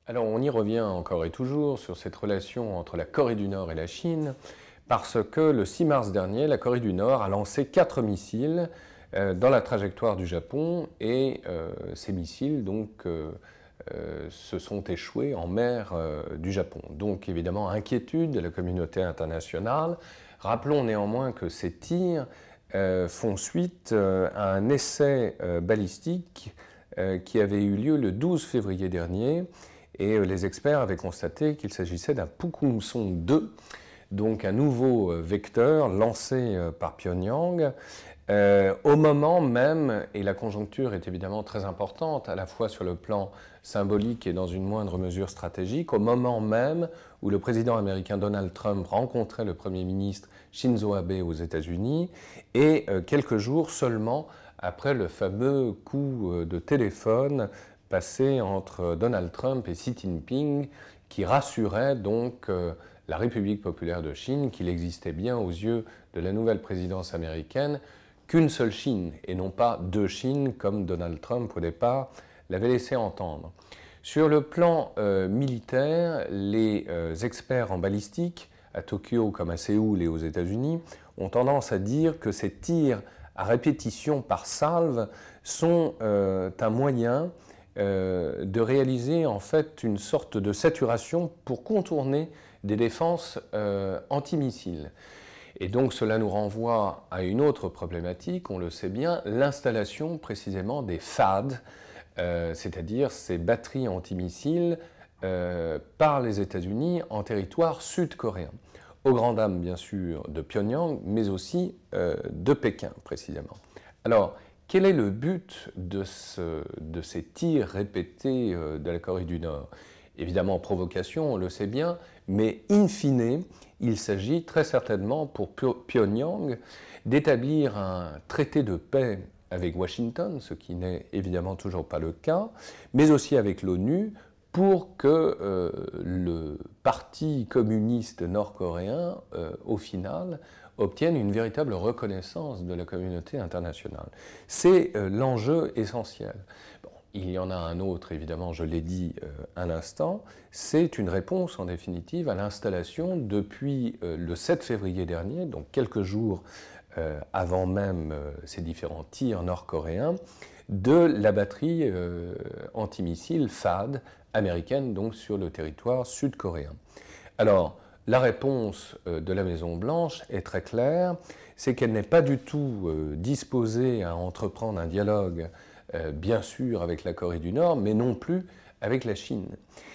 Alors on y revient encore et toujours sur cette relation entre la Corée du Nord et la Chine, parce que le 6 mars dernier, la Corée du Nord a lancé 4 missiles dans la trajectoire du Japon et ces missiles se sont échoués en mer du Japon. Donc évidemment inquiétude de la communauté internationale. Rappelons néanmoins que ces tirs font suite à un essai balistique qui avait eu lieu le 12 février dernier. Et les experts avaient constaté qu'il s'agissait d'un Pukgumsong 2, donc un nouveau vecteur lancé par Pyongyang au moment même, et la conjoncture est évidemment très importante, à la fois sur le plan symbolique et dans une moindre mesure stratégique, au moment même où le président américain Donald Trump rencontrait le Premier ministre Shinzo Abe aux États-Unis, et quelques jours seulement après le fameux coup de téléphone passé entre Donald Trump et Xi Jinping, qui rassurait donc la République populaire de Chine qu'il existait bien aux yeux de la nouvelle présidence américaine qu'une seule Chine et non pas deux Chines comme Donald Trump au départ l'avait laissé entendre. Sur le plan militaire, les experts en balistique, à Tokyo comme à Séoul et aux États-Unis, ont tendance à dire que ces tirs à répétition par salve sont un moyen de réaliser en fait une sorte de saturation pour contourner des défenses antimissiles. Et donc cela nous renvoie à une autre problématique, on le sait bien, l'installation précisément des THAAD, c'est-à-dire ces batteries antimissiles par les États-Unis en territoire sud-coréen. Aux grandes dames bien sûr de Pyongyang, mais aussi de Pékin précisément. Alors, quel est le but de ces tirs répétés de la Corée du Nord? Évidemment, provocation, on le sait bien, mais in fine, il s'agit très certainement pour Pyongyang d'établir un traité de paix avec Washington, ce qui n'est évidemment toujours pas le cas, mais aussi avec l'ONU, pour que le parti communiste nord-coréen, au final, obtienne une véritable reconnaissance de la communauté internationale. C'est l'enjeu essentiel. Bon, il y en a un autre, évidemment, je l'ai dit à l'instant, c'est une réponse en définitive à l'installation depuis le 7 février dernier, donc quelques jours avant même ces différents tirs nord-coréens, de la batterie antimissile THAAD américaine, donc sur le territoire sud-coréen. Alors, la réponse de la Maison-Blanche est très claire, c'est qu'elle n'est pas du tout disposée à entreprendre un dialogue, bien sûr, avec la Corée du Nord, mais non plus avec la Chine.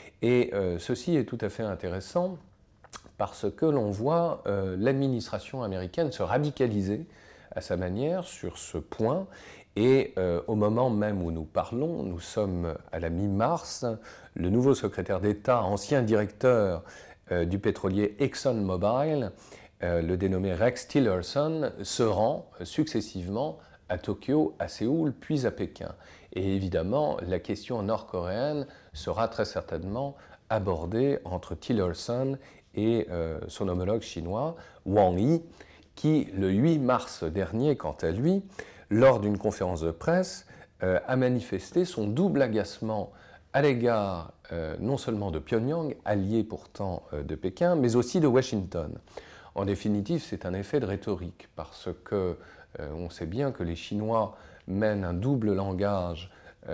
Et ceci est tout à fait intéressant parce que l'on voit l'administration américaine se radicaliser à sa manière sur ce point. Et au moment même où nous parlons, nous sommes à la mi-mars, le nouveau secrétaire d'État, ancien directeur du pétrolier ExxonMobil, le dénommé Rex Tillerson, se rend successivement à Tokyo, à Séoul, puis à Pékin. Et évidemment, la question nord-coréenne sera très certainement abordée entre Tillerson et son homologue chinois, Wang Yi, qui, le 8 mars dernier, quant à lui, lors d'une conférence de presse, a manifesté son double agacement à l'égard non seulement de Pyongyang, allié pourtant de Pékin, mais aussi de Washington. En définitive, c'est un effet de rhétorique, parce que on sait bien que les Chinois mènent un double langage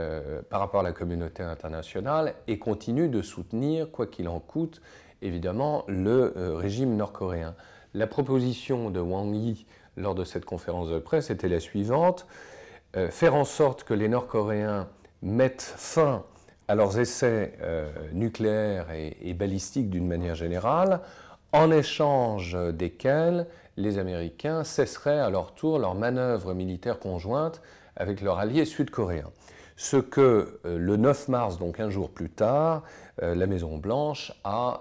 par rapport à la communauté internationale et continuent de soutenir, quoi qu'il en coûte, évidemment, le régime nord-coréen. La proposition de Wang Yi lors de cette conférence de presse était la suivante, faire en sorte que les Nord-Coréens mettent fin à leurs essais nucléaires et balistiques d'une manière générale, en échange desquels les Américains cesseraient à leur tour leurs manœuvres militaires conjointes avec leurs alliés sud-coréens. Ce que le 9 mars, donc un jour plus tard, la Maison-Blanche a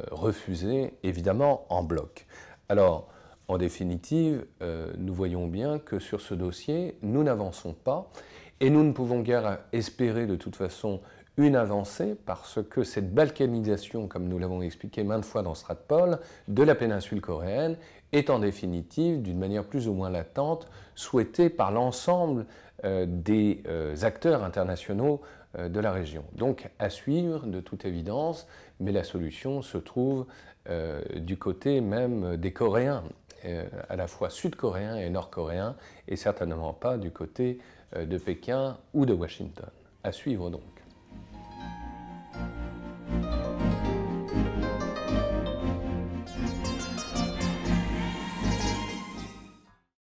refusé, évidemment, en bloc. Alors, en définitive, nous voyons bien que sur ce dossier, nous n'avançons pas et nous ne pouvons guère espérer de toute façon une avancée parce que cette balkanisation, comme nous l'avons expliqué maintes fois dans Stratpol, de la péninsule coréenne est en définitive, d'une manière plus ou moins latente, souhaitée par l'ensemble des acteurs internationaux de la région. Donc à suivre de toute évidence, mais la solution se trouve du côté même des Coréens, à la fois sud-coréens et nord-coréens, et certainement pas du côté de Pékin ou de Washington. À suivre donc.